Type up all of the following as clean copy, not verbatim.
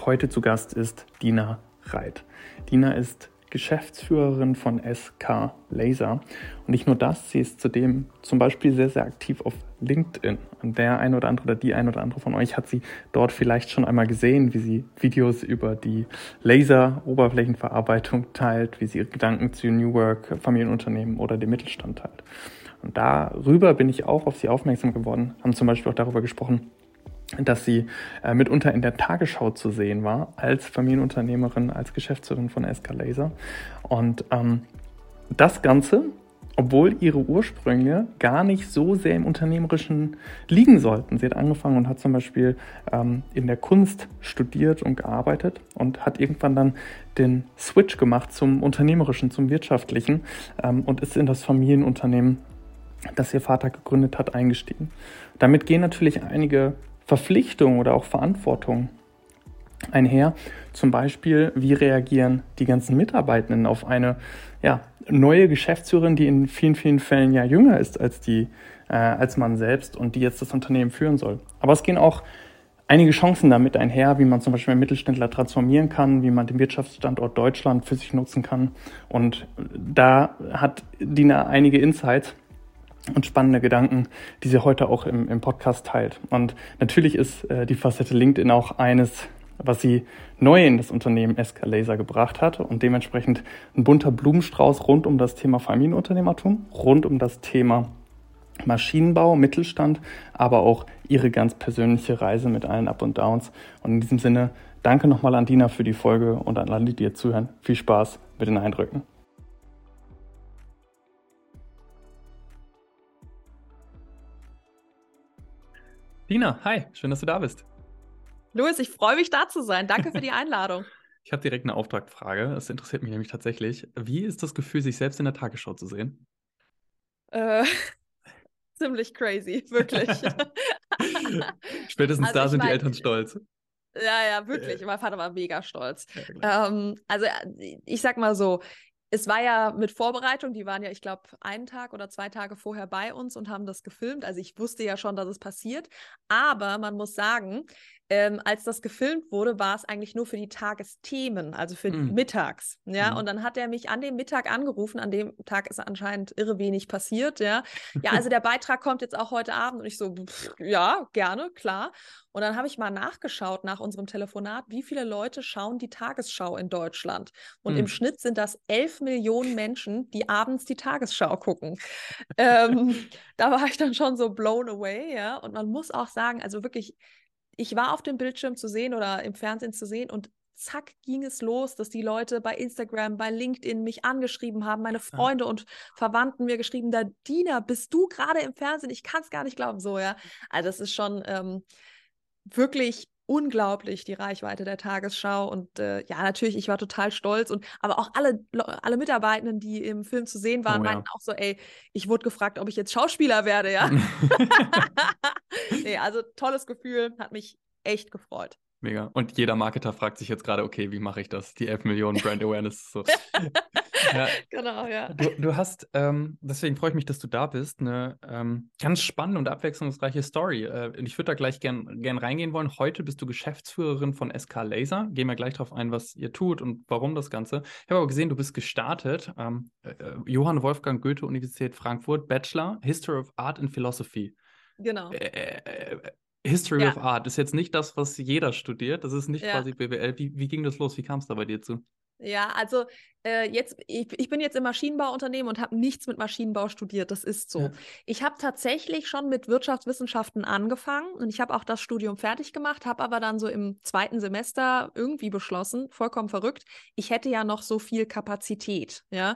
Heute zu Gast ist Dina Reit. Dina ist Geschäftsführerin von SK Laser. Und nicht nur das, sie ist zudem zum Beispiel sehr, sehr aktiv auf LinkedIn. Und der eine oder andere oder die eine oder andere von euch hat sie dort vielleicht schon einmal gesehen, wie sie Videos über die Laser-Oberflächenverarbeitung teilt, wie sie ihre Gedanken zu New Work, Familienunternehmen oder dem Mittelstand teilt. Und darüber bin ich auch auf sie aufmerksam geworden, haben zum Beispiel auch darüber gesprochen, dass sie mitunter in der Tagesschau zu sehen war, als Familienunternehmerin, als Geschäftsführerin von SK Laser. Und das Ganze, obwohl ihre Ursprünge gar nicht so sehr im Unternehmerischen liegen sollten. Sie hat angefangen und hat zum Beispiel in der Kunst studiert und gearbeitet und hat irgendwann dann den Switch gemacht zum Unternehmerischen, zum Wirtschaftlichen und ist in das Familienunternehmen, das ihr Vater gegründet hat, eingestiegen. Damit gehen natürlich einige Verpflichtungen oder auch Verantwortung einher. Zum Beispiel, wie reagieren die ganzen Mitarbeitenden auf eine neue Geschäftsführerin, die in vielen, vielen Fällen ja jünger ist als man selbst und die jetzt das Unternehmen führen soll. Aber es gehen auch einige Chancen damit einher, wie man zum Beispiel einen Mittelständler transformieren kann, wie man den Wirtschaftsstandort Deutschland für sich nutzen kann. Und da hat Dina einige Insights und spannende Gedanken, die sie heute auch im Podcast teilt. Und natürlich ist die Facette LinkedIn auch eines, was sie neu in das Unternehmen SK Laser gebracht hat und dementsprechend ein bunter Blumenstrauß rund um das Thema Familienunternehmertum, rund um das Thema Maschinenbau, Mittelstand, aber auch ihre ganz persönliche Reise mit allen Up und Downs. Und in diesem Sinne, danke nochmal an Dina für die Folge und an alle, die dir zuhören. Viel Spaß mit den Eindrücken. Dina, hi, schön, dass du da bist. Louis, ich freue mich, da zu sein. Danke für die Einladung. Ich habe direkt eine Auftragfrage. Das interessiert mich nämlich tatsächlich. Wie ist das Gefühl, sich selbst in der Tagesschau zu sehen? Ziemlich crazy, wirklich. Spätestens da sind die Eltern stolz. Ja, wirklich. Mein Vater war mega stolz. Ja, ich sag mal so, es war ja mit Vorbereitung, die waren ja, ich glaube, 1 Tag oder 2 Tage vorher bei uns und haben das gefilmt. Also ich wusste ja schon, dass es passiert. Aber man muss sagen, als das gefilmt wurde, war es eigentlich nur für die Tagesthemen, also für mittags. Ja, und dann hat er mich an dem Mittag angerufen. An dem Tag ist anscheinend irre wenig passiert. Ja, also der Beitrag kommt jetzt auch heute Abend. Und ich so, ja, gerne, klar. Und dann habe ich mal nachgeschaut nach unserem Telefonat, wie viele Leute schauen die Tagesschau in Deutschland. Und im Schnitt sind das 11 Millionen Menschen, die abends die Tagesschau gucken. Da war ich dann schon so blown away, ja. Und man muss auch sagen, also wirklich, ich war auf dem Bildschirm zu sehen oder im Fernsehen zu sehen und zack ging es los, dass die Leute bei Instagram, bei LinkedIn mich angeschrieben haben, meine Freunde und Verwandten mir geschrieben, da Dina, bist du gerade im Fernsehen? Ich kann es gar nicht glauben, so, ja. Also das ist schon wirklich unglaublich, die Reichweite der Tagesschau. Und natürlich, ich war total stolz. Aber auch alle Mitarbeitenden, die im Film zu sehen waren, meinten auch so, ey, ich wurde gefragt, ob ich jetzt Schauspieler werde, ja. Nee, also tolles Gefühl, hat mich echt gefreut. Mega. Und jeder Marketer fragt sich jetzt gerade, okay, wie mache ich das? Die 11 Millionen Brand Awareness. So. Ja. Genau, ja. Du hast, deswegen freue ich mich, dass du da bist, eine ganz spannende und abwechslungsreiche Story. Ich würde da gleich gern reingehen wollen. Heute bist du Geschäftsführerin von SK Laser. Gehen wir gleich darauf ein, was ihr tut und warum das Ganze. Ich habe aber gesehen, du bist gestartet. Johann Wolfgang Goethe Universität Frankfurt, Bachelor, History of Art and Philosophy. Genau. History of Art ist jetzt nicht das, was jeder studiert. Das ist nicht quasi BWL. Wie ging das los? Wie kam es da bei dir zu? Ja, also ich bin jetzt im Maschinenbauunternehmen und habe nichts mit Maschinenbau studiert, das ist so. Ja. Ich habe tatsächlich schon mit Wirtschaftswissenschaften angefangen und ich habe auch das Studium fertig gemacht, habe aber dann so im 2. Semester irgendwie beschlossen, vollkommen verrückt, ich hätte ja noch so viel Kapazität, ja.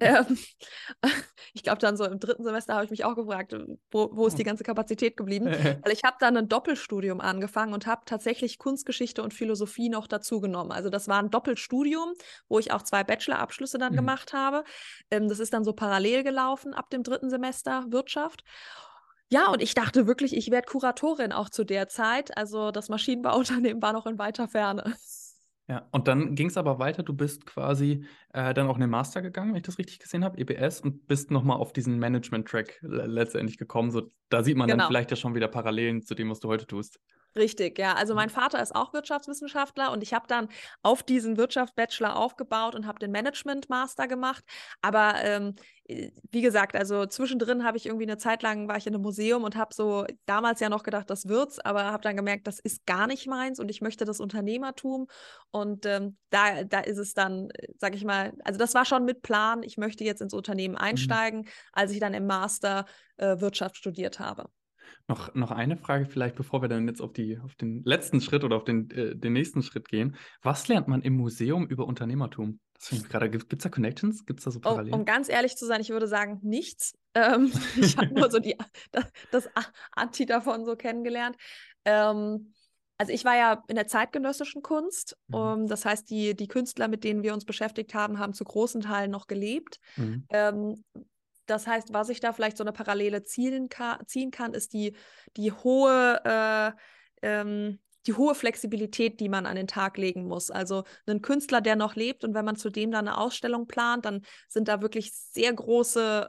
Ich glaube dann so im 3. Semester habe ich mich auch gefragt, wo ist die ganze Kapazität geblieben? Weil ich habe dann ein Doppelstudium angefangen und habe tatsächlich Kunstgeschichte und Philosophie noch dazu genommen. Also das war ein Doppelstudium, wo ich auch 2 Bachelorabschlüsse dann gemacht habe. Das ist dann so parallel gelaufen ab dem 3. Semester Wirtschaft. Ja, und ich dachte wirklich, ich werde Kuratorin auch zu der Zeit. Also das Maschinenbauunternehmen war noch in weiter Ferne. Ja, und dann ging es aber weiter. Du bist quasi dann auch in den Master gegangen, wenn ich das richtig gesehen habe, EBS, und bist nochmal auf diesen Management-Track letztendlich gekommen. So, da sieht man dann vielleicht ja schon wieder Parallelen zu dem, was du heute tust. Richtig, ja. Also mein Vater ist auch Wirtschaftswissenschaftler und ich habe dann auf diesen Wirtschaftsbachelor aufgebaut und habe den Management-Master gemacht. Aber wie gesagt, also zwischendrin habe ich irgendwie eine Zeit lang, war ich in einem Museum und habe so damals ja noch gedacht, das wird's, aber habe dann gemerkt, das ist gar nicht meins und ich möchte das Unternehmertum. Und da ist es dann, sag ich mal, also das war schon mit Plan, ich möchte jetzt ins Unternehmen einsteigen, als ich dann im Master Wirtschaft studiert habe. Noch eine Frage vielleicht, bevor wir dann jetzt auf den letzten Schritt oder auf den nächsten Schritt gehen. Was lernt man im Museum über Unternehmertum? Das finde ich gerade, gibt es da Connections? Gibt es da so Um Parallelen? ganz ehrlich zu sein, ich würde sagen, nichts. Ich habe nur so das Anti davon so kennengelernt. Also ich war ja in der zeitgenössischen Kunst. Mhm. Das heißt, die Künstler, mit denen wir uns beschäftigt haben, haben zu großen Teilen noch gelebt. Mhm. Das heißt, was ich da vielleicht so eine Parallele ziehen kann, ist die hohe die hohe Flexibilität, die man an den Tag legen muss. Also ein Künstler, der noch lebt und wenn man zudem dann eine Ausstellung plant, dann sind da wirklich sehr große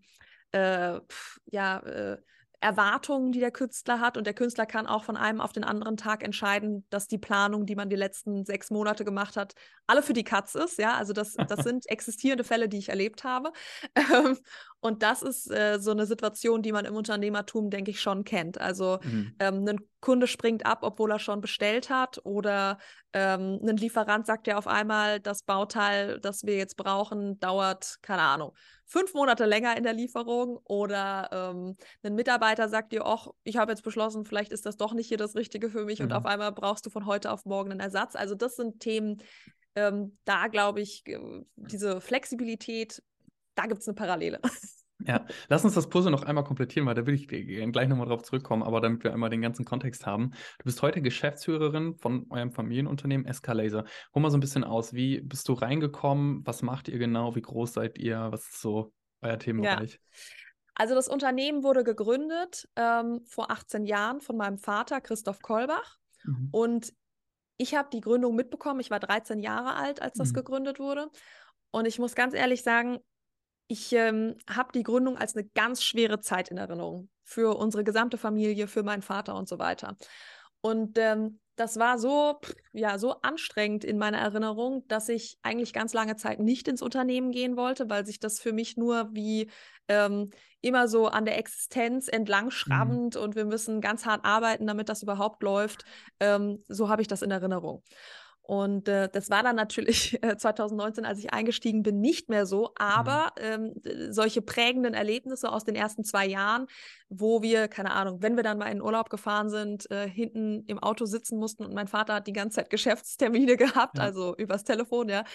ja, Erwartungen, die der Künstler hat. Und der Künstler kann auch von einem auf den anderen Tag entscheiden, dass die Planung, die man die letzten 6 Monate gemacht hat, alle für die Katz ist. Ja, also das sind existierende Fälle, die ich erlebt habe. Und das ist so eine Situation, die man im Unternehmertum, denke ich, schon kennt. Also Mhm. ein Kunde springt ab, obwohl er schon bestellt hat, oder ein Lieferant sagt ja auf einmal, das Bauteil, das wir jetzt brauchen, dauert, keine Ahnung, 5 Monate länger in der Lieferung, oder ein Mitarbeiter sagt dir, ach, ich habe jetzt beschlossen, vielleicht ist das doch nicht hier das Richtige für mich und auf Mhm. einmal brauchst du von heute auf morgen einen Ersatz. Also das sind Themen, da glaube ich, diese Flexibilität, da gibt es eine Parallele. Ja, lass uns das Puzzle noch einmal komplettieren, weil da will ich gleich nochmal drauf zurückkommen, aber damit wir einmal den ganzen Kontext haben. Du bist heute Geschäftsführerin von eurem Familienunternehmen SK Laser. Hol mal so ein bisschen aus, wie bist du reingekommen? Was macht ihr genau? Wie groß seid ihr? Was ist so euer Ja, Themenbereich? also das Unternehmen wurde gegründet vor 18 Jahren von meinem Vater, Christoph Kolbach. Mhm. Und ich habe die Gründung mitbekommen. Ich war 13 Jahre alt, als das Mhm. gegründet wurde. Und ich muss ganz ehrlich sagen, ich habe die Gründung als eine ganz schwere Zeit in Erinnerung. Für unsere gesamte Familie, für meinen Vater und so weiter. Und das war so, ja, so anstrengend in meiner Erinnerung, dass ich eigentlich ganz lange Zeit nicht ins Unternehmen gehen wollte, weil sich das für mich nur wie ähm, immer so an der Existenz entlang Mhm. schrabbend und wir müssen ganz hart arbeiten, damit das überhaupt läuft. So habe ich das in Erinnerung. Und das war dann natürlich 2019, als ich eingestiegen bin, nicht mehr so. Mhm. Aber solche prägenden Erlebnisse aus den ersten 2 Jahren, wo wir, keine Ahnung, wenn wir dann mal in Urlaub gefahren sind, hinten im Auto sitzen mussten und mein Vater hat die ganze Zeit Geschäftstermine gehabt, Ja. also übers Telefon, ja.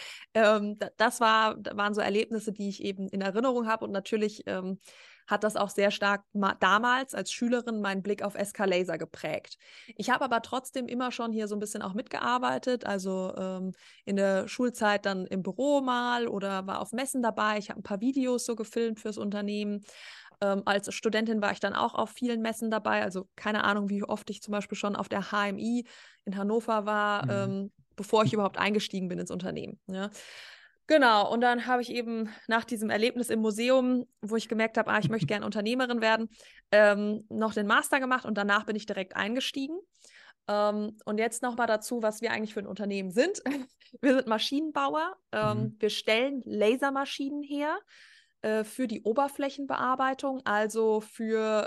Da waren so Erlebnisse, die ich eben in Erinnerung habe und natürlich hat das auch sehr stark damals als Schülerin meinen Blick auf SK Laser geprägt. Ich habe aber trotzdem immer schon hier so ein bisschen auch mitgearbeitet, also in der Schulzeit dann im Büro mal oder war auf Messen dabei. Ich habe ein paar Videos so gefilmt fürs Unternehmen. Als Studentin war ich dann auch auf vielen Messen dabei, also keine Ahnung, wie oft ich zum Beispiel schon auf der HMI in Hannover war, Mhm. bevor ich überhaupt eingestiegen bin ins Unternehmen. Ja. Genau, und dann habe ich eben nach diesem Erlebnis im Museum, wo ich gemerkt habe, ich möchte gerne Unternehmerin werden, noch den Master gemacht und danach bin ich direkt eingestiegen. Und jetzt nochmal dazu, was wir eigentlich für ein Unternehmen sind. Wir sind Maschinenbauer. Mhm. Wir stellen Lasermaschinen her für die Oberflächenbearbeitung, also für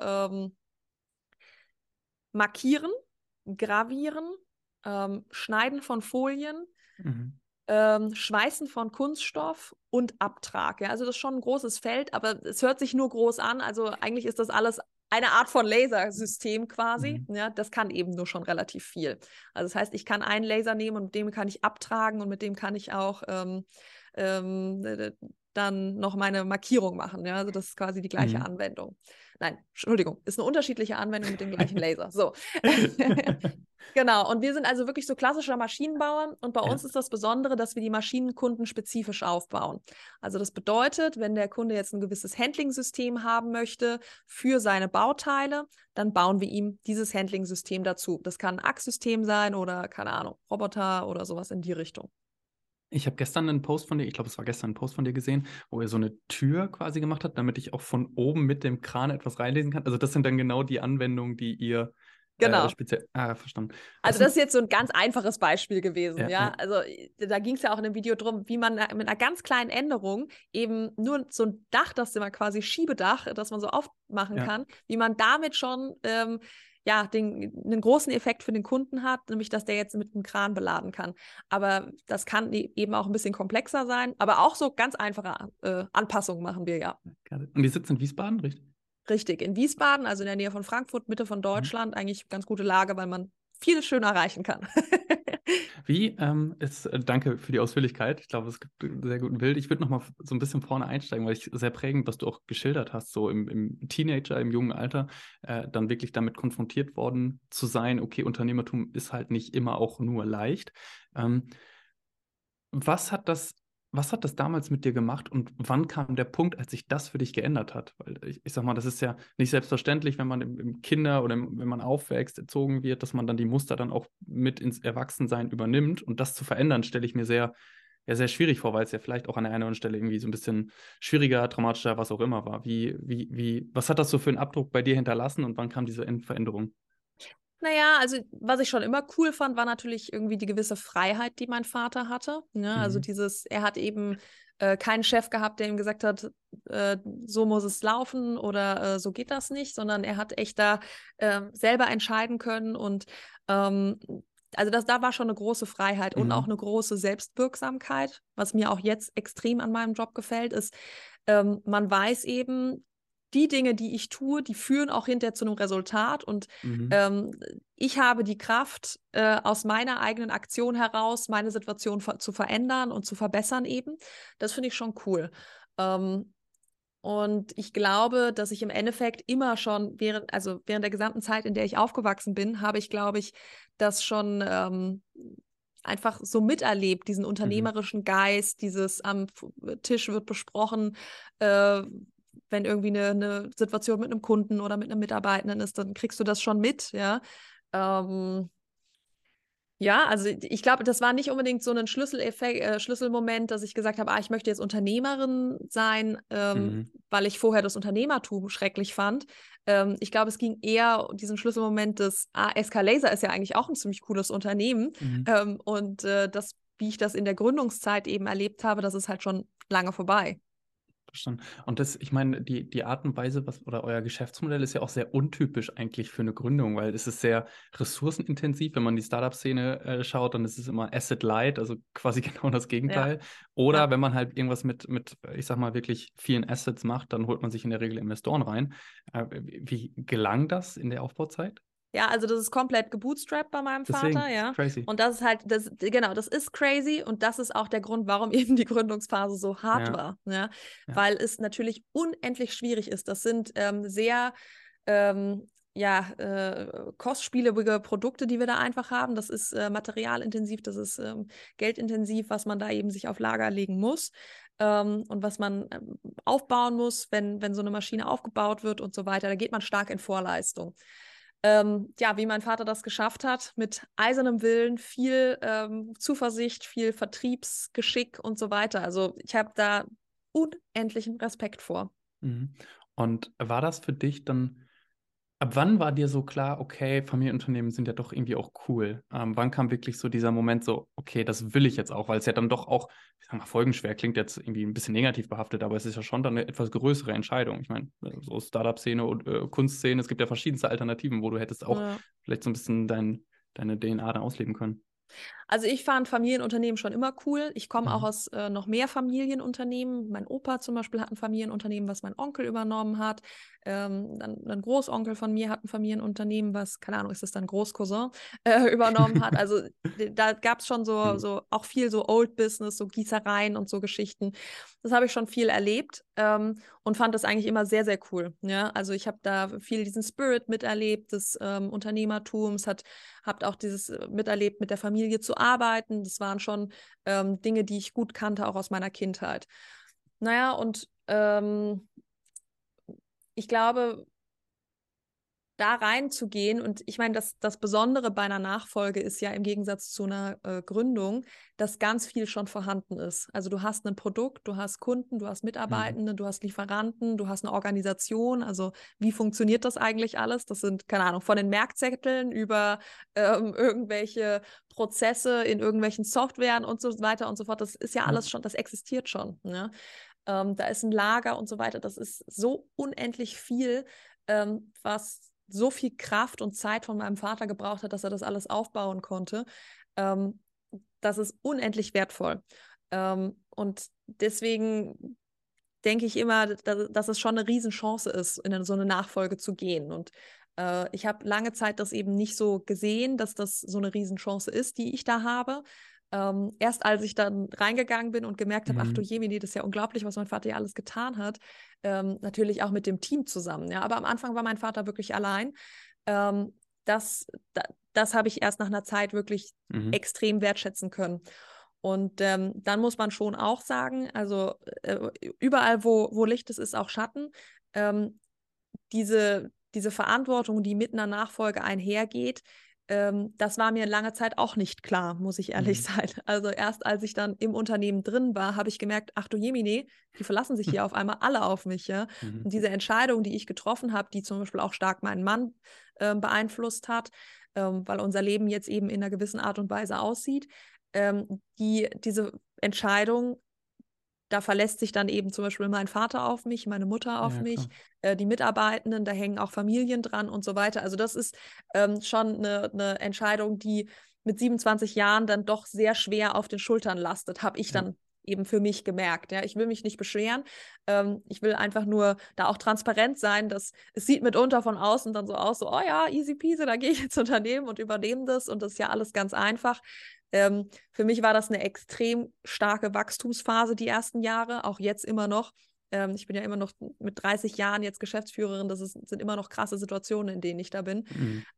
Markieren, Gravieren, Schneiden von Folien, Mhm. Schweißen von Kunststoff und Abtrag. Ja, also das ist schon ein großes Feld, aber es hört sich nur groß an. Also eigentlich ist das alles eine Art von Lasersystem quasi. Mhm. Ja, das kann eben nur schon relativ viel. Also das heißt, ich kann einen Laser nehmen und mit dem kann ich abtragen und mit dem kann ich auch ähm, dann noch meine Markierung machen. Ja, also das ist quasi die gleiche Mhm. Anwendung. Nein, Entschuldigung, ist eine unterschiedliche Anwendung mit dem gleichen Laser. So. Genau, und wir sind also wirklich so klassischer Maschinenbauer und bei Ja. uns ist das Besondere, dass wir die Maschinen kundenspezifisch aufbauen. Also das bedeutet, wenn der Kunde jetzt ein gewisses Handling-System haben möchte für seine Bauteile, dann bauen wir ihm dieses Handling-System dazu. Das kann ein Achssystem sein oder, keine Ahnung, Roboter oder sowas in die Richtung. Ich habe gestern einen Post von dir, ich glaube, es war gestern ein Post von dir gesehen, wo ihr so eine Tür quasi gemacht habt, damit ich auch von oben mit dem Kran etwas reinlesen kann. Also das sind dann genau die Anwendungen, die ihr Genau. speziell. Verstanden. Also das ist jetzt so ein ganz einfaches Beispiel gewesen, Ja, ja. ja. Also da ging es ja auch in dem Video drum, wie man mit einer ganz kleinen Änderung eben nur so ein Dach, das immer quasi Schiebedach, das man so aufmachen Ja. kann, wie man damit schon ja, einen großen Effekt für den Kunden hat, nämlich dass der jetzt mit einem Kran beladen kann. Aber das kann eben auch ein bisschen komplexer sein, aber auch so ganz einfache Anpassungen machen wir ja. Und die sitzen in Wiesbaden, richtig? Richtig, in Wiesbaden, also in der Nähe von Frankfurt, Mitte von Mhm. Deutschland, eigentlich ganz gute Lage, weil man viel schön erreichen kann. Danke für die Ausführlichkeit. Ich glaube, es gibt einen sehr guten Bild. Ich würde noch mal so ein bisschen vorne einsteigen, weil ich sehr prägend, was du auch geschildert hast, so im Teenager, im jungen Alter, dann wirklich damit konfrontiert worden zu sein, okay, Unternehmertum ist halt nicht immer auch nur leicht. Ähm, Was hat was hat das damals mit dir gemacht und wann kam der Punkt, als sich das für dich geändert hat? Weil ich sag mal, das ist ja nicht selbstverständlich, wenn man im Kinder- oder wenn man aufwächst, erzogen wird, dass man dann die Muster dann auch mit ins Erwachsensein übernimmt. Und das zu verändern, stelle ich mir sehr schwierig vor, weil es ja vielleicht auch an der einen oder anderen Stelle irgendwie so ein bisschen schwieriger, traumatischer, was auch immer war. Was hat das so für einen Abdruck bei dir hinterlassen und wann kam diese Veränderung? Naja, also was ich schon immer cool fand, war natürlich irgendwie die gewisse Freiheit, die mein Vater hatte. Ne? Also Mhm. er hat eben keinen Chef gehabt, der ihm gesagt hat, so muss es laufen oder so geht das nicht, sondern er hat echt da selber entscheiden können und ähm, also da war schon eine große Freiheit und auch Mhm. eine große Selbstwirksamkeit. Was mir auch jetzt extrem an meinem Job gefällt, ist, man weiß eben, die Dinge, die ich tue, die führen auch hinterher zu einem Resultat und Mhm. ähm, ich habe die Kraft, aus meiner eigenen Aktion heraus meine Situation zu verändern und zu verbessern eben. Das finde ich schon cool. Und ich glaube, dass ich im Endeffekt immer schon während der gesamten Zeit, in der ich aufgewachsen bin, habe ich, glaube ich, das schon einfach so miterlebt, diesen Mhm. unternehmerischen Geist, dieses am Tisch wird besprochen, äh, wenn irgendwie eine Situation mit einem Kunden oder mit einem Mitarbeitenden ist, dann kriegst du das schon mit, ja. Ähm, ja, also ich glaube, das war nicht unbedingt so ein Schlüsselmoment, dass ich gesagt habe, ich möchte jetzt Unternehmerin sein, Mhm. weil ich vorher das Unternehmertum schrecklich fand. Ich glaube, es ging eher um diesen Schlüsselmoment des, SK Laser ist ja eigentlich auch ein ziemlich cooles Unternehmen. Mhm. Und wie ich das in der Gründungszeit eben erlebt habe, das ist halt schon lange vorbei. Verstanden. Und ich meine, die Art und Weise, oder euer Geschäftsmodell ist ja auch sehr untypisch eigentlich für eine Gründung, weil es ist sehr ressourcenintensiv. Wenn man die Startup-Szene schaut, dann ist es immer Asset Light, also quasi genau das Ja, Gegenteil. Oder ja. wenn man halt irgendwas ich sag mal, wirklich vielen Assets macht, dann holt man sich in der Regel Investoren rein. Wie gelang das in der Aufbauzeit? Ja, also das ist komplett gebootstrapped bei meinem Vater, Deswegen, ja. crazy. Und das ist halt, genau, das ist crazy und das ist auch der Grund, warum eben die Gründungsphase so hart Ja, war, ja. ja. Weil es natürlich unendlich schwierig ist. Das sind sehr, ja, kostspielige Produkte, die wir da einfach haben. Das ist materialintensiv, das ist geldintensiv, was man da eben sich auf Lager legen muss und was man aufbauen muss, wenn so eine Maschine aufgebaut wird und so weiter. Da geht man stark in Vorleistung. Ja, wie mein Vater das geschafft hat, mit eisernem Willen, viel Zuversicht, viel Vertriebsgeschick und so weiter. Also ich habe da unendlichen Respekt vor. Mhm. Und war das für dich dann? Ab wann war dir so klar, okay, Familienunternehmen sind ja doch irgendwie auch cool? Wann kam wirklich so dieser Moment so, okay, das will ich jetzt auch, weil es ja dann doch auch, ich sag mal, folgenschwer klingt jetzt irgendwie ein bisschen negativ behaftet, aber es ist ja schon dann eine etwas größere Entscheidung. Ich meine, so Startup-Szene und Kunstszene, es gibt ja verschiedenste Alternativen, wo du hättest auch Ja. vielleicht so ein bisschen deine DNA dann ausleben können. Also ich fand Familienunternehmen schon immer cool. Ich komme auch Mhm. aus noch mehr Familienunternehmen. Mein Opa zum Beispiel hat ein Familienunternehmen, was mein Onkel übernommen hat. Dann ein Großonkel von mir hat ein Familienunternehmen, was, keine Ahnung, ist das dann Großcousin, übernommen hat. Also da gab es schon Mhm. so auch viel so Old Business, so Gießereien und so Geschichten. Das habe ich schon viel erlebt und fand das eigentlich immer sehr, sehr cool. Ja, also ich habe da viel diesen Spirit miterlebt des Unternehmertums, habt auch dieses miterlebt, mit der Familie zu arbeiten. Das waren schon Dinge, die ich gut kannte, auch aus meiner Kindheit. Naja, und ich glaube, da reinzugehen, und ich meine, das Besondere bei einer Nachfolge ist ja im Gegensatz zu einer Gründung, dass ganz viel schon vorhanden ist. Also du hast ein Produkt, du hast Kunden, du hast Mitarbeitende, du hast Lieferanten, du hast eine Organisation. Also wie funktioniert das eigentlich alles? Das sind, keine Ahnung, von den Merkzetteln über irgendwelche Prozesse in irgendwelchen Softwaren und so weiter und so fort. Das ist ja alles schon, das existiert schon. Ne? Da ist ein Lager und so weiter. Das ist so unendlich viel, was so viel Kraft und Zeit von meinem Vater gebraucht hat, dass er das alles aufbauen konnte. Das ist unendlich wertvoll. Und deswegen denke ich immer, dass es schon eine Riesenchance ist, in so eine Nachfolge zu gehen. Und ich habe lange Zeit das eben nicht so gesehen, dass das so eine Riesenchance ist, die ich da habe. Erst als ich dann reingegangen bin und gemerkt habe, ach du Jemini, das ist ja unglaublich, was mein Vater ja alles getan hat. Natürlich auch mit dem Team zusammen. Ja? Aber am Anfang war mein Vater wirklich allein. Das habe ich erst nach einer Zeit wirklich extrem wertschätzen können. Und dann muss man schon auch sagen, also überall, wo Licht ist, ist auch Schatten. Diese Verantwortung, die mit einer Nachfolge einhergeht, das war mir lange Zeit auch nicht klar, muss ich ehrlich sein. Also erst als ich dann im Unternehmen drin war, habe ich gemerkt, ach du Jemine, die verlassen sich hier auf einmal alle auf mich. Ja? Und diese Entscheidung, die ich getroffen habe, die zum Beispiel auch stark meinen Mann beeinflusst hat, weil unser Leben jetzt eben in einer gewissen Art und Weise aussieht, diese Entscheidung, da verlässt sich dann eben zum Beispiel mein Vater auf mich, meine Mutter auf mich, die Mitarbeitenden, da hängen auch Familien dran und so weiter. Also das ist schon eine Entscheidung, die mit 27 Jahren dann doch sehr schwer auf den Schultern lastet, habe ich dann eben für mich gemerkt. Ja, ich will mich nicht beschweren. Ich will einfach nur da auch transparent sein, dass es sieht mitunter von außen dann so aus, so, oh ja, easy peasy, da gehe ich ins Unternehmen und übernehme das und das ist ja alles ganz einfach. Für mich war das eine extrem starke Wachstumsphase die ersten Jahre, auch jetzt immer noch. Ich bin ja immer noch mit 30 Jahren jetzt Geschäftsführerin. Sind immer noch krasse Situationen, in denen ich da bin.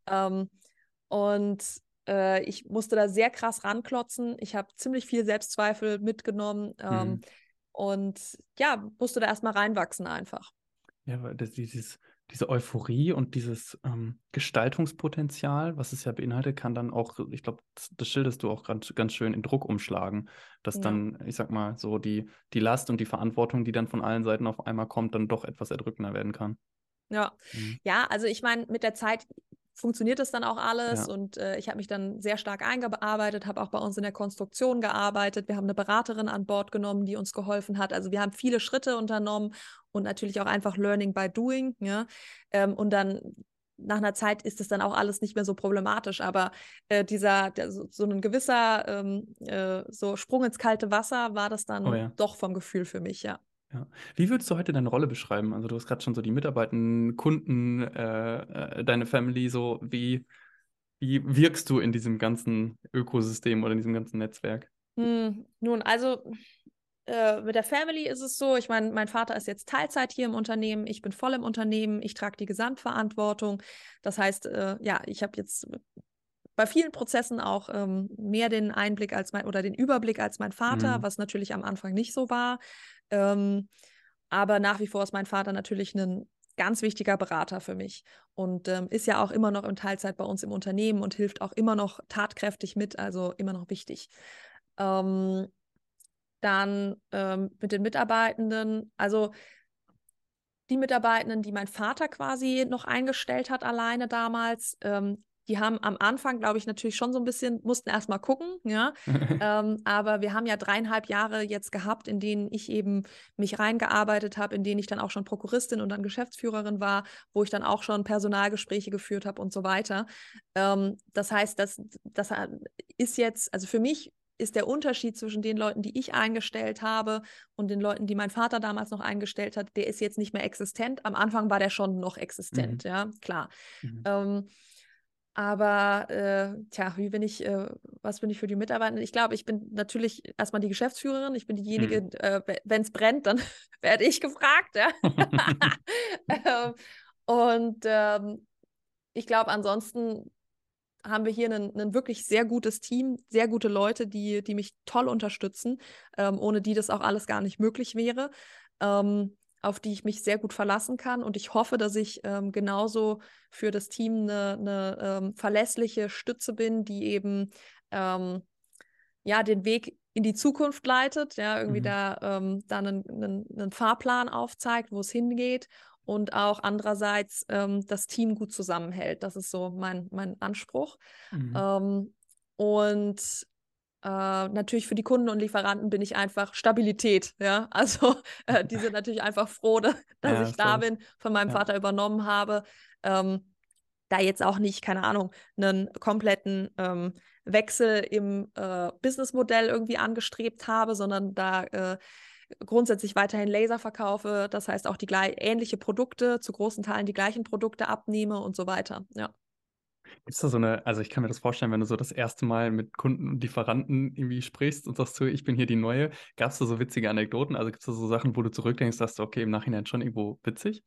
Und ich musste da sehr krass ranklotzen. Ich habe ziemlich viel Selbstzweifel mitgenommen und ja, musste da erstmal reinwachsen einfach. Ja, weil diese Euphorie und dieses Gestaltungspotenzial, was es ja beinhaltet, kann dann auch, ich glaube, das schilderst du auch ganz schön, in Druck umschlagen, dass dann, ich sag mal, so die Last und die Verantwortung, die dann von allen Seiten auf einmal kommt, dann doch etwas erdrückender werden kann. Ja, ja, also ich meine, mit der Zeit funktioniert das dann auch alles und ich habe mich dann sehr stark eingearbeitet, habe auch bei uns in der Konstruktion gearbeitet. Wir haben eine Beraterin an Bord genommen, die uns geholfen hat. Also wir haben viele Schritte unternommen und natürlich auch einfach Learning by Doing. Ja? Und dann nach einer Zeit ist es dann auch alles nicht mehr so problematisch, aber so ein gewisser so Sprung ins kalte Wasser war das dann doch vom Gefühl für mich, ja. Ja. Wie würdest du heute deine Rolle beschreiben? Also du hast gerade schon so die Mitarbeitenden, Kunden, deine Family, so wie wirkst du in diesem ganzen Ökosystem oder in diesem ganzen Netzwerk? Nun, also mit der Family ist es so, ich meine, mein Vater ist jetzt Teilzeit hier im Unternehmen, ich bin voll im Unternehmen, ich trage die Gesamtverantwortung. Das heißt, ja, ich habe jetzt bei vielen Prozessen auch mehr den Einblick oder den Überblick als mein Vater, was natürlich am Anfang nicht so war. Aber nach wie vor ist mein Vater natürlich ein ganz wichtiger Berater für mich und ist ja auch immer noch in Teilzeit bei uns im Unternehmen und hilft auch immer noch tatkräftig mit, also immer noch wichtig. Dann mit den Mitarbeitenden, also die Mitarbeitenden, die mein Vater quasi noch eingestellt hat, alleine damals, die haben am Anfang, glaube ich, natürlich schon so ein bisschen, mussten erst mal gucken, ja. Aber wir haben ja 3,5 Jahre jetzt gehabt, in denen ich eben mich reingearbeitet habe, in denen ich dann auch schon Prokuristin und dann Geschäftsführerin war, wo ich dann auch schon Personalgespräche geführt habe und so weiter. Das heißt, das ist jetzt, also für mich ist der Unterschied zwischen den Leuten, die ich eingestellt habe und den Leuten, die mein Vater damals noch eingestellt hat, der ist jetzt nicht mehr existent. Am Anfang war der schon noch existent, ja, klar. Aber was bin ich für die Mitarbeiter? Ich glaube, ich bin natürlich erstmal die Geschäftsführerin. Ich bin diejenige, wenn es brennt, dann werde ich gefragt. Ja? Und ich glaube, ansonsten haben wir hier ein wirklich sehr gutes Team, sehr gute Leute, die mich toll unterstützen, ohne die das auch alles gar nicht möglich wäre. auf die ich mich sehr gut verlassen kann. Und ich hoffe, dass ich genauso für das Team eine verlässliche Stütze bin, die eben ja, den Weg in die Zukunft leitet, ja, irgendwie da einen Fahrplan aufzeigt, wo es hingeht und auch andererseits das Team gut zusammenhält. Das ist so mein Anspruch. Und natürlich für die Kunden und Lieferanten bin ich einfach Stabilität, ja. Also die sind natürlich einfach froh, dass ich da bin, von meinem Vater übernommen habe. Da jetzt auch nicht, keine Ahnung, einen kompletten Wechsel im Businessmodell irgendwie angestrebt habe, sondern da grundsätzlich weiterhin Laser verkaufe, das heißt auch die ähnliche Produkte, zu großen Teilen die gleichen Produkte abnehme und so weiter, ja. Gibt es da so eine, also ich kann mir das vorstellen, wenn du so das erste Mal mit Kunden und Lieferanten irgendwie sprichst und sagst so, ich bin hier die Neue, gab es da so witzige Anekdoten? Also gibt es da so Sachen, wo du zurückdenkst, sagst du, okay, im Nachhinein schon irgendwo witzig?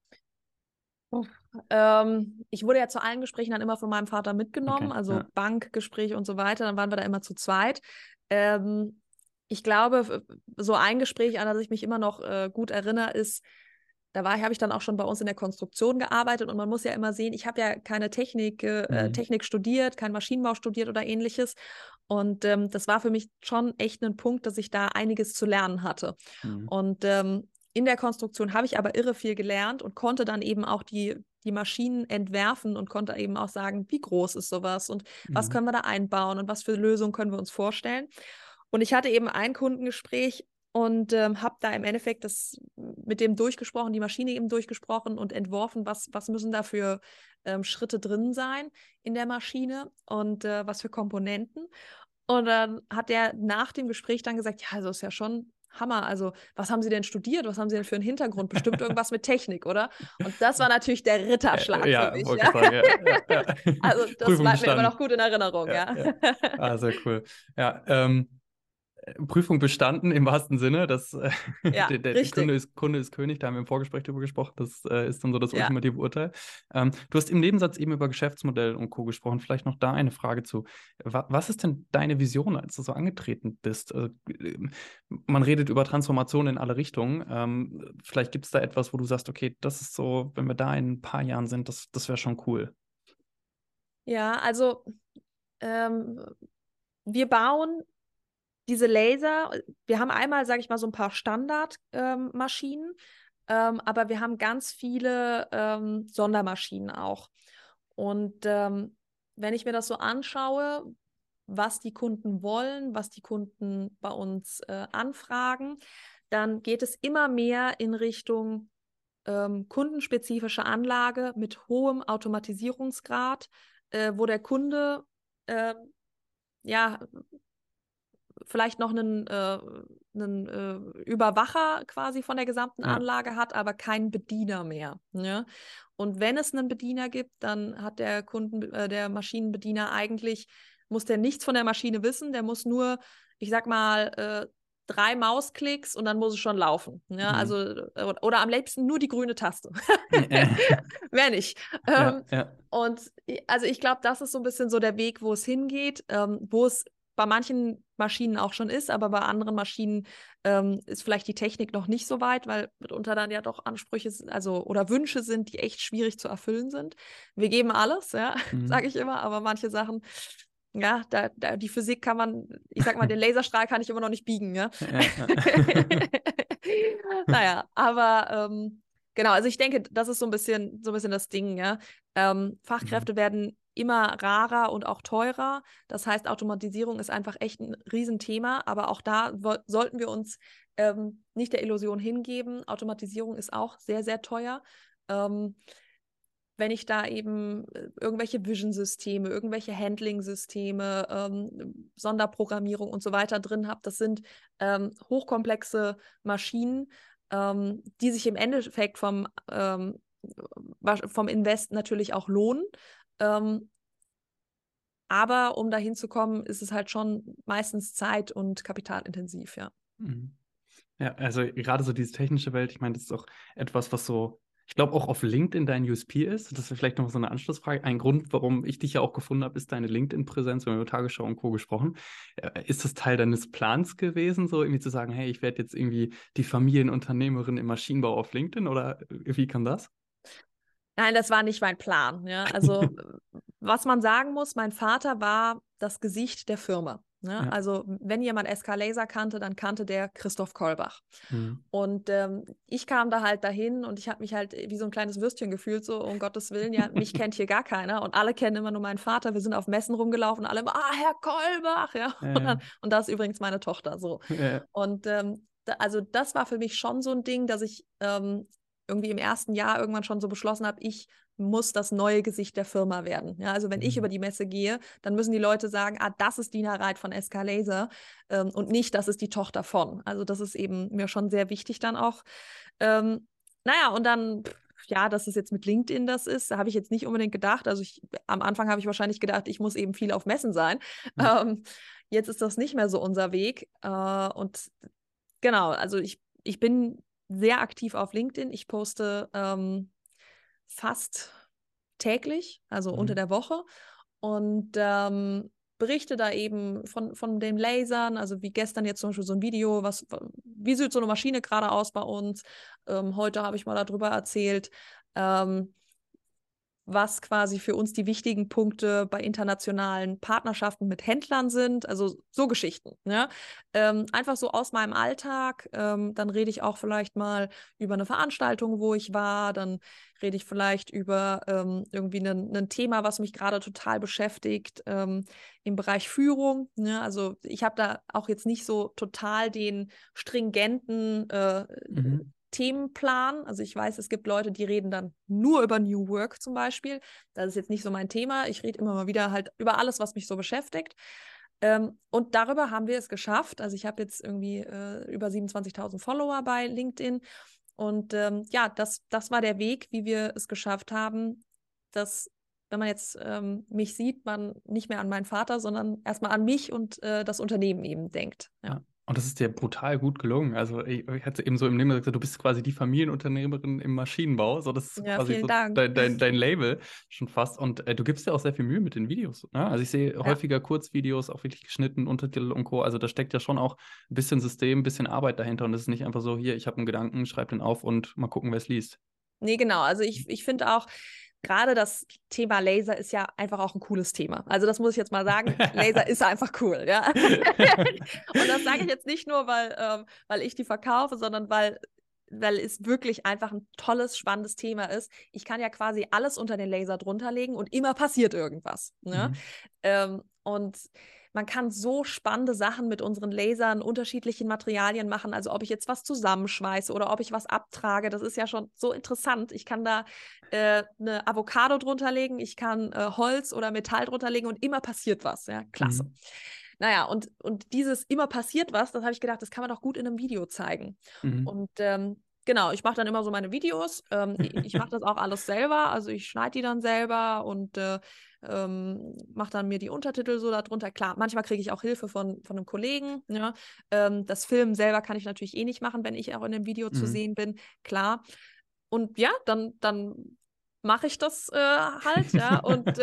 Ich wurde ja zu allen Gesprächen dann immer von meinem Vater mitgenommen, Okay, also ja. Bankgespräche und so weiter, dann waren wir da immer zu zweit. Ich glaube, so ein Gespräch, an das ich mich immer noch gut erinnere, ist, habe ich dann auch schon bei uns in der Konstruktion gearbeitet und man muss ja immer sehen, ich habe ja keine Technik studiert, kein Maschinenbau studiert oder ähnliches und das war für mich schon echt ein Punkt, dass ich da einiges zu lernen hatte. Und in der Konstruktion habe ich aber irre viel gelernt und konnte dann eben auch die Maschinen entwerfen und konnte eben auch sagen, wie groß ist sowas und was können wir da einbauen und was für Lösungen können wir uns vorstellen. Und ich hatte eben ein Kundengespräch und habe da im Endeffekt das mit dem durchgesprochen, die Maschine eben durchgesprochen und entworfen, was müssen da für Schritte drin sein in der Maschine und was für Komponenten. Und dann hat der nach dem Gespräch dann gesagt, ja, also ist ja schon Hammer. Also, was haben Sie denn studiert? Was haben Sie denn für einen Hintergrund? Bestimmt irgendwas mit Technik, oder? Und das war natürlich der Ritterschlag für mich. Wollte Ja? ich sagen, ja. Also, das Prüfung bleibt mir immer bestanden. noch gut in Erinnerung, ja. Ah, sehr cool. Ja, Prüfung bestanden im wahrsten Sinne. Ja, Der richtig. Kunde ist König, da haben wir im Vorgespräch drüber gesprochen. Das ist dann so das Ja. ultimative Urteil. Du hast im Nebensatz eben über Geschäftsmodell und Co. gesprochen. Vielleicht noch da eine Frage zu. Was ist denn deine Vision, als du so angetreten bist? Man redet über Transformation in alle Richtungen. Vielleicht gibt es da etwas, wo du sagst, okay, das ist so, wenn wir da in ein paar Jahren sind, das wäre schon cool. Ja, also wir bauen diese Laser, wir haben einmal, sage ich mal, so ein paar Standardmaschinen, aber wir haben ganz viele Sondermaschinen auch. Und wenn ich mir das so anschaue, was die Kunden wollen, was die Kunden bei uns anfragen, dann geht es immer mehr in Richtung kundenspezifische Anlage mit hohem Automatisierungsgrad, wo der Kunde ja vielleicht noch einen Überwacher quasi von der gesamten Ja. Anlage hat, aber keinen Bediener mehr. Ne? Und wenn es einen Bediener gibt, dann hat der Maschinenbediener eigentlich, muss der nichts von der Maschine wissen, der muss nur, ich sag mal, 3 Mausklicks und dann muss es schon laufen. Ja, also, oder am liebsten nur die grüne Taste. Mehr nicht. Ja. Und also ich glaube, das ist so ein bisschen so der Weg, wo es hingeht, wo es bei manchen Maschinen auch schon ist, aber bei anderen Maschinen ist vielleicht die Technik noch nicht so weit, weil mitunter dann ja doch Ansprüche also oder Wünsche sind, die echt schwierig zu erfüllen sind. Wir geben alles, ja, sage ich immer, aber manche Sachen, ja, die Physik kann man, ich sag mal, den Laserstrahl kann ich immer noch nicht biegen, ja. Naja, aber genau, also ich denke, das ist so ein bisschen das Ding, ja. Fachkräfte werden immer rarer und auch teurer. Das heißt, Automatisierung ist einfach echt ein Riesenthema, aber auch da sollten wir uns nicht der Illusion hingeben. Automatisierung ist auch sehr, sehr teuer. Wenn ich da eben irgendwelche Vision-Systeme, irgendwelche Handling-Systeme, Sonderprogrammierung und so weiter drin habe, das sind hochkomplexe Maschinen, die sich im Endeffekt vom Invest natürlich auch lohnen. Aber um dahin zu kommen, ist es halt schon meistens zeit- und kapitalintensiv, ja. Ja, also gerade so diese technische Welt, ich meine, das ist auch etwas, was so ich glaube auch auf LinkedIn dein USP ist. Das ist vielleicht noch so eine Anschlussfrage. Ein Grund, warum ich dich ja auch gefunden habe, ist deine LinkedIn-Präsenz. Wir haben über Tagesschau und Co. gesprochen. Ist das Teil deines Plans gewesen, so irgendwie zu sagen, hey, ich werde jetzt irgendwie die Familienunternehmerin im Maschinenbau auf LinkedIn, oder wie kam das? Nein, das war nicht mein Plan. Ja? Also, was man sagen muss, mein Vater war das Gesicht der Firma. Ne? Ja. Also, wenn jemand SK Laser kannte, dann kannte der Christoph Kolbach. Mhm. Und ich kam da halt dahin und ich habe mich halt wie so ein kleines Würstchen gefühlt, so um Gottes Willen, ja, mich kennt hier gar keiner und alle kennen immer nur meinen Vater. Wir sind auf Messen rumgelaufen, alle immer, Herr Kolbach, ja. Ja, Und das ist übrigens meine Tochter, so. ja, Und also das war für mich schon so ein Ding, dass ich irgendwie im ersten Jahr irgendwann schon so beschlossen habe, ich muss das neue Gesicht der Firma werden. Ja, also wenn ich über die Messe gehe, dann müssen die Leute sagen, das ist Dina Reit von SK Laser und nicht, das ist die Tochter von. Also das ist eben mir schon sehr wichtig dann auch. Naja, und dann, ja, dass es jetzt mit LinkedIn das ist, da habe ich jetzt nicht unbedingt gedacht. Also am Anfang habe ich wahrscheinlich gedacht, ich muss eben viel auf Messen sein. ja. Jetzt ist das nicht mehr so unser Weg. Und genau, also ich bin sehr aktiv auf LinkedIn. Ich poste fast täglich, also unter Mhm. der Woche. Und berichte da eben von den Lasern, also wie gestern jetzt zum Beispiel so ein Video, wie sieht so eine Maschine gerade aus bei uns? Heute habe ich mal darüber erzählt, was quasi für uns die wichtigen Punkte bei internationalen Partnerschaften mit Händlern sind, also so Geschichten. Ja? Einfach so aus meinem Alltag. Dann rede ich auch vielleicht mal über eine Veranstaltung, wo ich war. Dann rede ich vielleicht über irgendwie ein Thema, was mich gerade total beschäftigt im Bereich Führung. Ne? Also ich habe da auch jetzt nicht so total den stringenten Mhm. Themenplan. Also ich weiß, es gibt Leute, die reden dann nur über New Work zum Beispiel. Das ist jetzt nicht so mein Thema. Ich rede immer mal wieder halt über alles, was mich so beschäftigt. Und darüber haben wir es geschafft. Also ich habe jetzt irgendwie über 27.000 Follower bei LinkedIn. Und ja, das war der Weg, wie wir es geschafft haben, dass, wenn man jetzt mich sieht, man nicht mehr an meinen Vater, sondern erstmal an mich und das Unternehmen eben denkt. Ja. Ja. Und das ist dir brutal gut gelungen. Also ich hatte eben so im Leben gesagt, du bist quasi die Familienunternehmerin im Maschinenbau. So, das ist Ja, quasi vielen so Dank. dein Label schon fast. Und du gibst dir auch sehr viel Mühe mit den Videos. Ne? Also ich sehe Ja. häufiger Kurzvideos, auch wirklich geschnitten, Untertitel und Co. Also da steckt ja schon auch ein bisschen System, ein bisschen Arbeit dahinter. Und es ist nicht einfach so, hier, ich habe einen Gedanken, schreib den auf und mal gucken, wer es liest. Nee, genau. Also ich finde auch, gerade das Thema Laser ist ja einfach auch ein cooles Thema. Also das muss ich jetzt mal sagen. Laser ist einfach cool, ja. Und das sage ich jetzt nicht nur, weil ich die verkaufe, sondern weil es wirklich einfach ein tolles, spannendes Thema ist. Ich kann ja quasi alles unter den Laser drunter legen und immer passiert irgendwas. Ne? Mhm. Und man kann so spannende Sachen mit unseren Lasern, unterschiedlichen Materialien machen. Also ob ich jetzt was zusammenschweiße oder ob ich was abtrage, das ist ja schon so interessant. Ich kann da eine Avocado drunter legen, ich kann Holz oder Metall drunter legen und immer passiert was. Ja, klasse. Mhm. Naja, und dieses immer passiert was, das habe ich gedacht, das kann man doch gut in einem Video zeigen. Mhm. Und genau, ich mache dann immer so meine Videos. Ich mache das auch alles selber. Also ich schneide die dann selber und mache dann mir die Untertitel so darunter. Klar, manchmal kriege ich auch Hilfe von einem Kollegen. Ja. Das Filmen selber kann ich natürlich eh nicht machen, wenn ich auch in einem Video zu Mhm. sehen bin. Klar. Und ja, dann mache ich das halt, ja.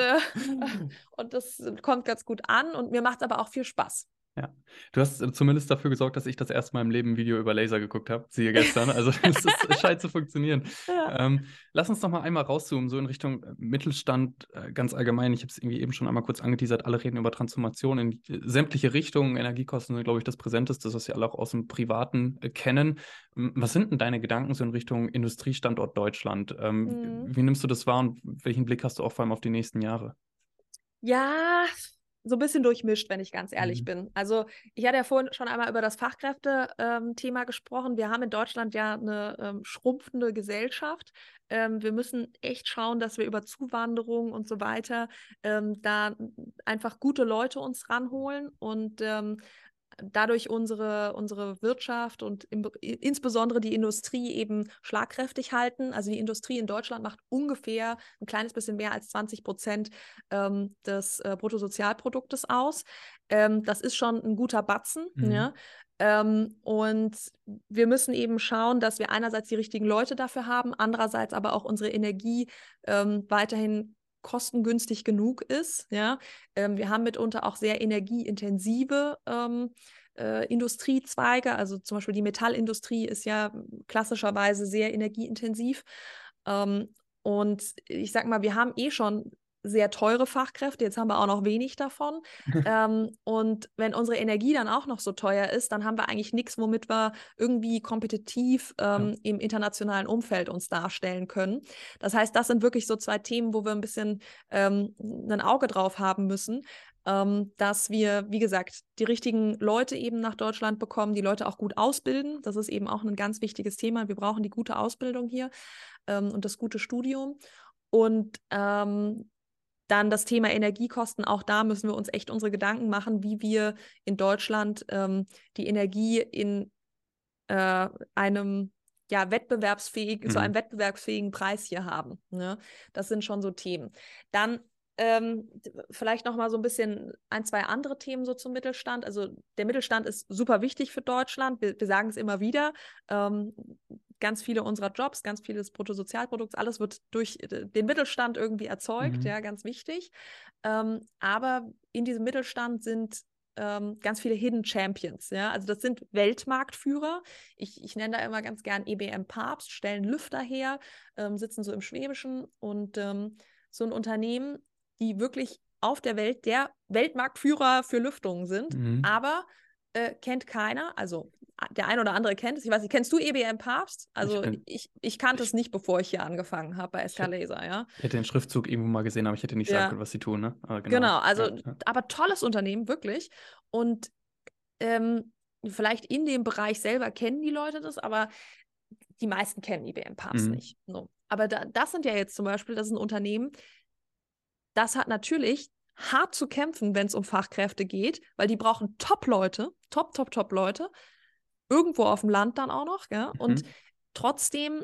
Und das kommt ganz gut an und mir macht aber auch viel Spaß. Ja, du hast zumindest dafür gesorgt, dass ich das erste Mal im Leben ein Video über Laser geguckt habe, siehe gestern. Also es scheint zu funktionieren. Ja. Lass uns noch mal einmal rauszoomen, so in Richtung Mittelstand ganz allgemein. Ich habe es irgendwie eben schon einmal kurz angeteasert. Alle reden über Transformation in sämtliche Richtungen. Energiekosten sind, glaube ich, das Präsenteste, was wir alle auch aus dem Privaten kennen. Was sind denn deine Gedanken so in Richtung Industriestandort Deutschland? Mhm. Wie nimmst du das wahr und welchen Blick hast du auch vor allem auf die nächsten Jahre? Ja, so ein bisschen durchmischt, wenn ich ganz ehrlich Mhm. bin. Also ich hatte ja vorhin schon einmal über das Fachkräfte-Thema gesprochen. Wir haben in Deutschland ja eine schrumpfende Gesellschaft. Wir müssen echt schauen, dass wir über Zuwanderung und so weiter da einfach gute Leute uns ranholen und dadurch unsere Wirtschaft und insbesondere die Industrie eben schlagkräftig halten. Also die Industrie in Deutschland macht ungefähr ein kleines bisschen mehr als 20% des Bruttosozialproduktes aus. Das ist schon ein guter Batzen. Mhm. Ja? Und wir müssen eben schauen, dass wir einerseits die richtigen Leute dafür haben, andererseits aber auch unsere Energie weiterhin kostengünstig genug ist. Ja? Wir haben mitunter auch sehr energieintensive Industriezweige, also zum Beispiel die Metallindustrie ist ja klassischerweise sehr energieintensiv. Und ich sag mal, wir haben schon sehr teure Fachkräfte, jetzt haben wir auch noch wenig davon. Und wenn unsere Energie dann auch noch so teuer ist, dann haben wir eigentlich nichts, womit wir irgendwie kompetitiv im internationalen Umfeld uns darstellen können. Das heißt, das sind wirklich so zwei Themen, wo wir ein bisschen ein Auge drauf haben müssen, dass wir, wie gesagt, die richtigen Leute eben nach Deutschland bekommen, die Leute auch gut ausbilden. Das ist eben auch ein ganz wichtiges Thema. Wir brauchen die gute Ausbildung hier und das gute Studium. Und dann das Thema Energiekosten, auch da müssen wir uns echt unsere Gedanken machen, wie wir in Deutschland die Energie in einem zu einem wettbewerbsfähigen Preis hier haben. Ne? Das sind schon so Themen. Dann vielleicht noch mal so ein bisschen ein, zwei andere Themen so zum Mittelstand. Also der Mittelstand ist super wichtig für Deutschland. Wir sagen es immer wieder. Ganz viele unserer Jobs, ganz viel des Bruttosozialprodukts, alles wird durch den Mittelstand irgendwie erzeugt, ja, ganz wichtig. Aber in diesem Mittelstand sind ganz viele Hidden Champions, ja, also das sind Weltmarktführer. Ich nenne da immer ganz gern EBM Papst, stellen Lüfter her, sitzen so im Schwäbischen und so ein Unternehmen, die wirklich auf der Welt der Weltmarktführer für Lüftungen sind, aber kennt keiner, also der ein oder andere kennt es. Ich weiß nicht, kennst du EBM Papst? Also ich kannte es nicht, bevor ich hier angefangen habe bei SK Laser, ja. Ich hätte den Schriftzug irgendwo mal gesehen, aber ich hätte nicht sagen können, was sie tun, ne? Aber genau, also, aber tolles Unternehmen, wirklich. Und vielleicht in dem Bereich selber kennen die Leute das, aber die meisten kennen IBM Papst nicht. No. Aber das sind ja jetzt zum Beispiel, das ist ein Unternehmen, das hat natürlich hart zu kämpfen, wenn es um Fachkräfte geht, weil die brauchen Top-Leute, Top-Leute, irgendwo auf dem Land dann auch noch, ja? Und trotzdem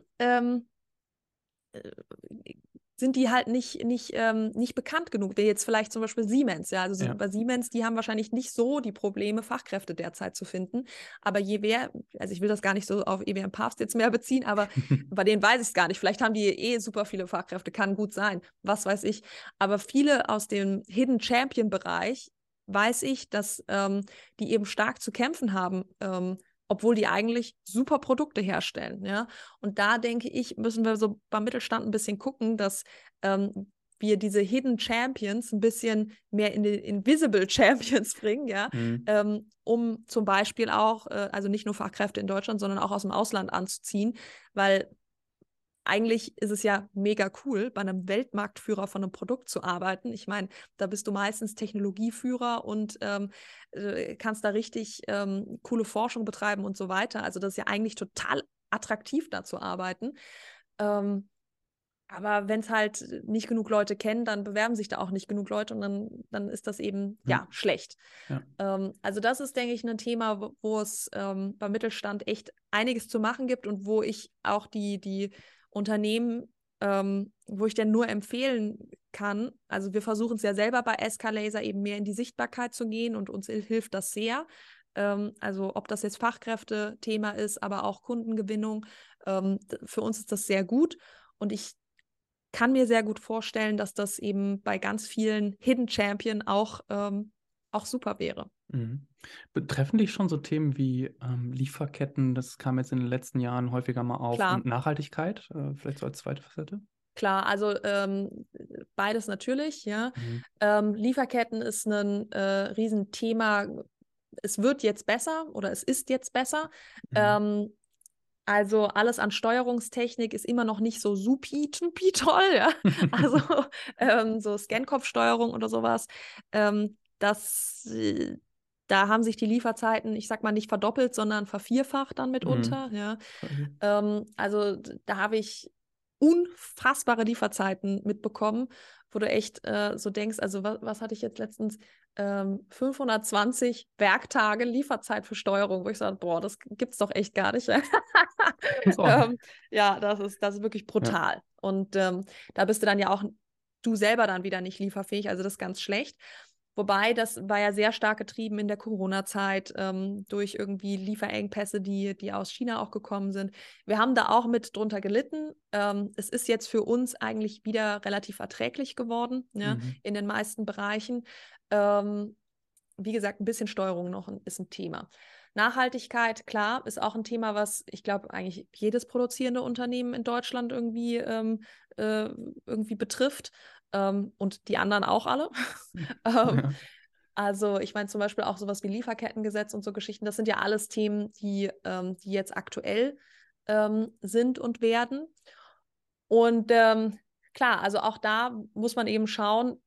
sind die halt nicht bekannt genug. Wie jetzt vielleicht zum Beispiel Siemens, ja. Also bei Siemens, die haben wahrscheinlich nicht so die Probleme, Fachkräfte derzeit zu finden. Aber also ich will das gar nicht so auf EBM Papst jetzt mehr beziehen, aber bei denen weiß ich es gar nicht. Vielleicht haben die super viele Fachkräfte, kann gut sein, was weiß ich. Aber viele aus dem Hidden Champion-Bereich weiß ich, dass die eben stark zu kämpfen haben, obwohl die eigentlich super Produkte herstellen, ja. Und da denke ich, müssen wir so beim Mittelstand ein bisschen gucken, dass wir diese Hidden Champions ein bisschen mehr in den Invisible Champions bringen, ja, um zum Beispiel auch, also nicht nur Fachkräfte in Deutschland, sondern auch aus dem Ausland anzuziehen, weil eigentlich ist es ja mega cool, bei einem Weltmarktführer von einem Produkt zu arbeiten. Ich meine, da bist du meistens Technologieführer und kannst da richtig coole Forschung betreiben und so weiter. Also das ist ja eigentlich total attraktiv, da zu arbeiten. Aber wenn es halt nicht genug Leute kennen, dann bewerben sich da auch nicht genug Leute und dann ist das eben, schlecht. Ja. Also das ist, denke ich, ein Thema, wo es beim Mittelstand echt einiges zu machen gibt und wo ich auch die Unternehmen, wo ich denn nur empfehlen kann, also wir versuchen es ja selber bei SK Laser eben mehr in die Sichtbarkeit zu gehen und uns hilft das sehr. Also ob das jetzt Fachkräfte-Thema ist, aber auch Kundengewinnung, für uns ist das sehr gut und ich kann mir sehr gut vorstellen, dass das eben bei ganz vielen Hidden Champion auch super wäre. Betreffen dich schon so Themen wie Lieferketten, das kam jetzt in den letzten Jahren häufiger mal auf, Klar. und Nachhaltigkeit, vielleicht so als zweite Facette? Klar, also beides natürlich, ja. Lieferketten ist ein Riesenthema. Es wird jetzt besser oder es ist jetzt besser. Also alles an Steuerungstechnik ist immer noch nicht so supi toll, ja. Also so Scankopfsteuerung oder sowas. Da haben sich die Lieferzeiten, ich sag mal, nicht verdoppelt, sondern vervierfacht dann mitunter. Ja. Also da habe ich unfassbare Lieferzeiten mitbekommen, wo du echt so denkst, also was hatte ich jetzt letztens? 520 Werktage Lieferzeit für Steuerung, wo ich sage, boah, das gibt's doch echt gar nicht. Ja, das ist wirklich brutal. Ja. Und da bist du dann ja auch du selber dann wieder nicht lieferfähig, also das ist ganz schlecht. Wobei, das war ja sehr stark getrieben in der Corona-Zeit durch irgendwie Lieferengpässe, die aus China auch gekommen sind. Wir haben da auch mit drunter gelitten. Es ist jetzt für uns eigentlich wieder relativ erträglich geworden, ja, in den meisten Bereichen. Wie gesagt, ein bisschen Steuerung noch ist ein Thema. Nachhaltigkeit, klar, ist auch ein Thema, was ich glaube, eigentlich jedes produzierende Unternehmen in Deutschland irgendwie betrifft. Und die anderen auch alle. Ja. Also ich meine zum Beispiel auch sowas wie Lieferkettengesetz und so Geschichten, das sind ja alles Themen, die jetzt aktuell sind und werden. Und klar, also auch da muss man eben schauen,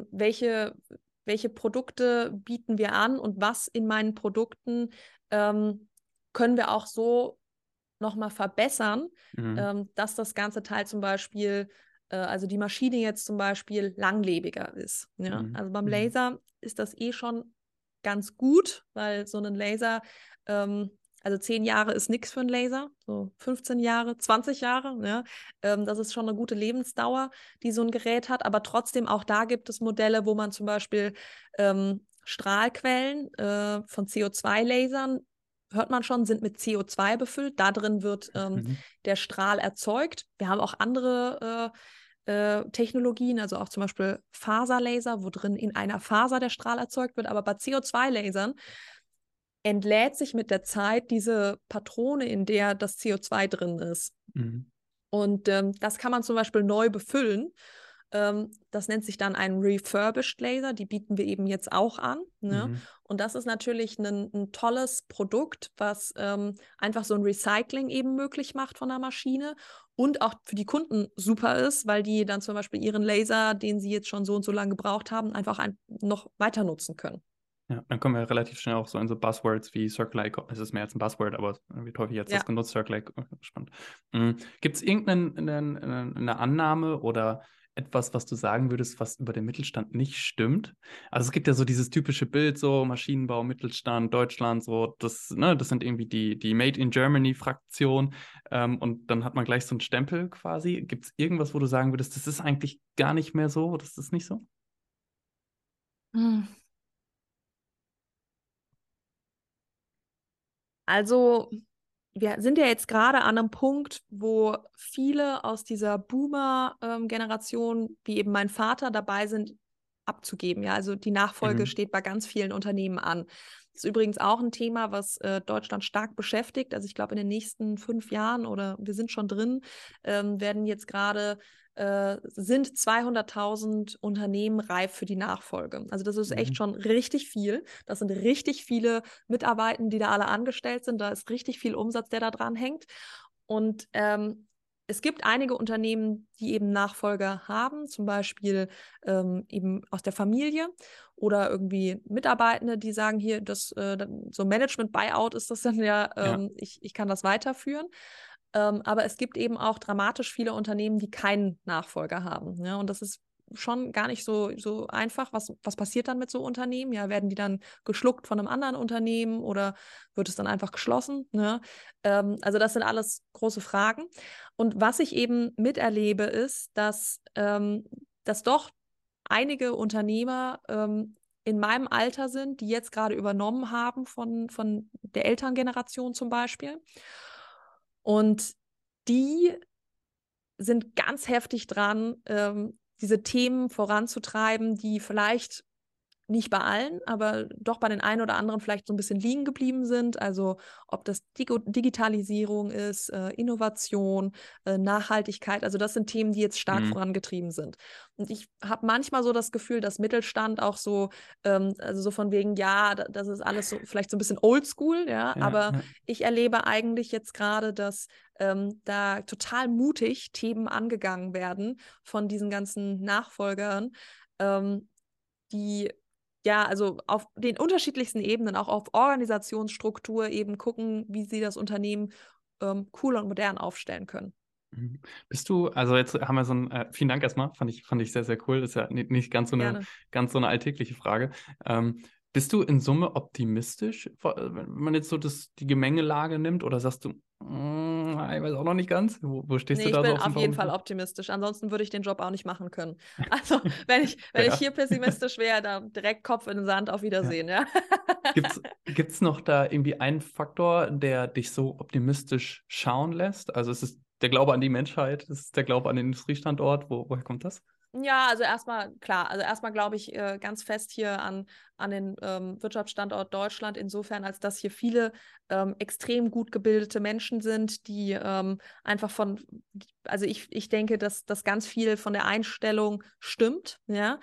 welche Produkte bieten wir an und was in meinen Produkten können wir auch so nochmal verbessern, dass das ganze Teil zum Beispiel, also die Maschine jetzt zum Beispiel langlebiger ist. Ja? Also beim Laser ist das schon ganz gut, weil so ein Laser, also 10 Jahre ist nichts für einen Laser, so 15 Jahre, 20 Jahre, ja? Das ist schon eine gute Lebensdauer, die so ein Gerät hat, aber trotzdem auch da gibt es Modelle, wo man zum Beispiel Strahlquellen von CO2-Lasern, hört man schon, sind mit CO2 befüllt. Da drin wird der Strahl erzeugt. Wir haben auch andere Technologien, also auch zum Beispiel Faserlaser, wo drin in einer Faser der Strahl erzeugt wird. Aber bei CO2-Lasern entlädt sich mit der Zeit diese Patrone, in der das CO2 drin ist. Und das kann man zum Beispiel neu befüllen. Das nennt sich dann ein Refurbished Laser, die bieten wir eben jetzt auch an. Ne? Und das ist natürlich ein tolles Produkt, was einfach so ein Recycling eben möglich macht von der Maschine und auch für die Kunden super ist, weil die dann zum Beispiel ihren Laser, den sie jetzt schon so und so lange gebraucht haben, einfach noch weiter nutzen können. Ja, dann kommen wir relativ schnell auch so in so Buzzwords wie Circular Economy. Es ist mehr als ein Buzzword, aber wird häufig jetzt das genutzt, Circular Economy. Spannend. Gibt es irgendeine Annahme oder etwas, was du sagen würdest, was über den Mittelstand nicht stimmt? Also es gibt ja so dieses typische Bild, so Maschinenbau, Mittelstand, Deutschland, so das sind irgendwie die Made in Germany-Fraktion und dann hat man gleich so einen Stempel quasi. Gibt es irgendwas, wo du sagen würdest, das ist eigentlich gar nicht mehr so, das ist nicht so? Also, wir sind ja jetzt gerade an einem Punkt, wo viele aus dieser Boomer-Generation, wie eben mein Vater, dabei sind, abzugeben. Ja, also die Nachfolge steht bei ganz vielen Unternehmen an. Das ist übrigens auch ein Thema, was Deutschland stark beschäftigt. Also ich glaube, in den nächsten 5 Jahren oder wir sind schon drin, werden jetzt gerade sind 200.000 Unternehmen reif für die Nachfolge. Also das ist echt schon richtig viel. Das sind richtig viele Mitarbeitenden, die da alle angestellt sind. Da ist richtig viel Umsatz, der da dran hängt. Und es gibt einige Unternehmen, die eben Nachfolger haben, zum Beispiel eben aus der Familie oder irgendwie Mitarbeitende, die sagen, hier, so Management-Buyout ist das dann ja, ich kann das weiterführen. Aber es gibt eben auch dramatisch viele Unternehmen, die keinen Nachfolger haben. Ja? Und das ist schon gar nicht so einfach. Was passiert dann mit so Unternehmen? Ja, werden die dann geschluckt von einem anderen Unternehmen oder wird es dann einfach geschlossen? Ne? Also das sind alles große Fragen. Und was ich eben miterlebe, ist, dass doch einige Unternehmer in meinem Alter sind, die jetzt gerade übernommen haben von der Elterngeneration zum Beispiel. Und die sind ganz heftig dran, diese Themen voranzutreiben, die vielleicht nicht bei allen, aber doch bei den einen oder anderen vielleicht so ein bisschen liegen geblieben sind. Also ob das Digitalisierung ist, Innovation, Nachhaltigkeit. Also das sind Themen, die jetzt stark vorangetrieben sind. Und ich habe manchmal so das Gefühl, dass Mittelstand auch so, also so von wegen, ja, das ist alles so vielleicht so ein bisschen oldschool, ja, aber ich erlebe eigentlich jetzt gerade, dass da total mutig Themen angegangen werden von diesen ganzen Nachfolgern, die ja, also auf den unterschiedlichsten Ebenen, auch auf Organisationsstruktur eben gucken, wie sie das Unternehmen cool und modern aufstellen können. Bist du, also jetzt haben wir so ein, vielen Dank erstmal, fand ich sehr, sehr cool. Ist ja nicht ganz so eine alltägliche Frage. Bist du in Summe optimistisch, wenn man jetzt so die Gemengelage nimmt, oder sagst du, Ich weiß auch noch nicht ganz. Wo stehst du Nee, da ich so bin auf dem auf jeden Fall Pausenplatz? optimistisch. Ansonsten würde ich den Job auch nicht machen können. Also, wenn ich Ja. hier pessimistisch wäre, dann direkt Kopf in den Sand, auf Wiedersehen, ja. Gibt's noch da irgendwie einen Faktor, der dich so optimistisch schauen lässt? Also es ist der Glaube an die Menschheit, es ist der Glaube an den Industriestandort. Woher kommt das? Ja, also erstmal, klar, also erstmal glaube ich ganz fest hier an den Wirtschaftsstandort Deutschland, insofern, als dass hier viele extrem gut gebildete Menschen sind, die einfach also ich denke, dass das ganz viel von der Einstellung stimmt, ja,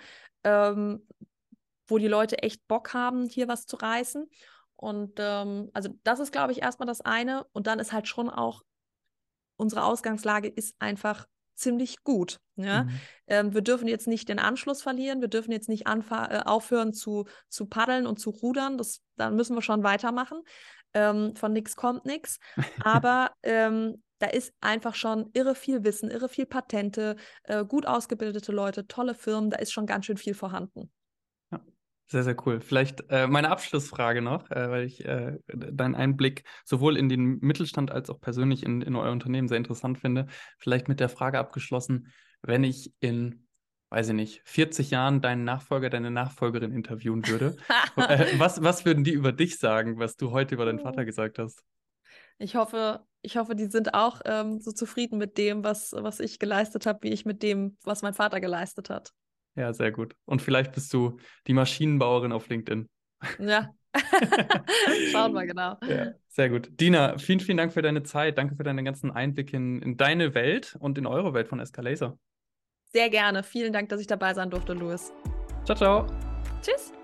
wo die Leute echt Bock haben, hier was zu reißen. Und also das ist, glaube ich, erstmal das eine. Und dann ist halt schon auch, unsere Ausgangslage ist einfach ziemlich gut. Ja? Mhm. Wir dürfen jetzt nicht den Anschluss verlieren, wir dürfen jetzt nicht aufhören zu paddeln und zu rudern, dann müssen wir schon weitermachen. Von nix kommt nix. Aber da ist einfach schon irre viel Wissen, irre viel Patente, gut ausgebildete Leute, tolle Firmen, da ist schon ganz schön viel vorhanden. Ja, sehr, sehr cool. Vielleicht meine Abschlussfrage noch, weil ich deinen Einblick sowohl in den Mittelstand als auch persönlich in euer Unternehmen sehr interessant finde. Vielleicht mit der Frage abgeschlossen, wenn ich in, weiß ich nicht, 40 Jahren deinen Nachfolger, deine Nachfolgerin interviewen würde, was würden die über dich sagen, was du heute über deinen Vater gesagt hast? Ich hoffe, die sind auch so zufrieden mit dem, was ich geleistet habe, wie ich mit dem, was mein Vater geleistet hat. Ja, sehr gut. Und vielleicht bist du die Maschinenbauerin auf LinkedIn. Ja, schauen wir genau. Ja, sehr gut. Dina, vielen, vielen Dank für deine Zeit. Danke für deinen ganzen Einblick in deine Welt und in eure Welt von SK Laser. Sehr gerne. Vielen Dank, dass ich dabei sein durfte, Louis. Ciao, ciao. Tschüss.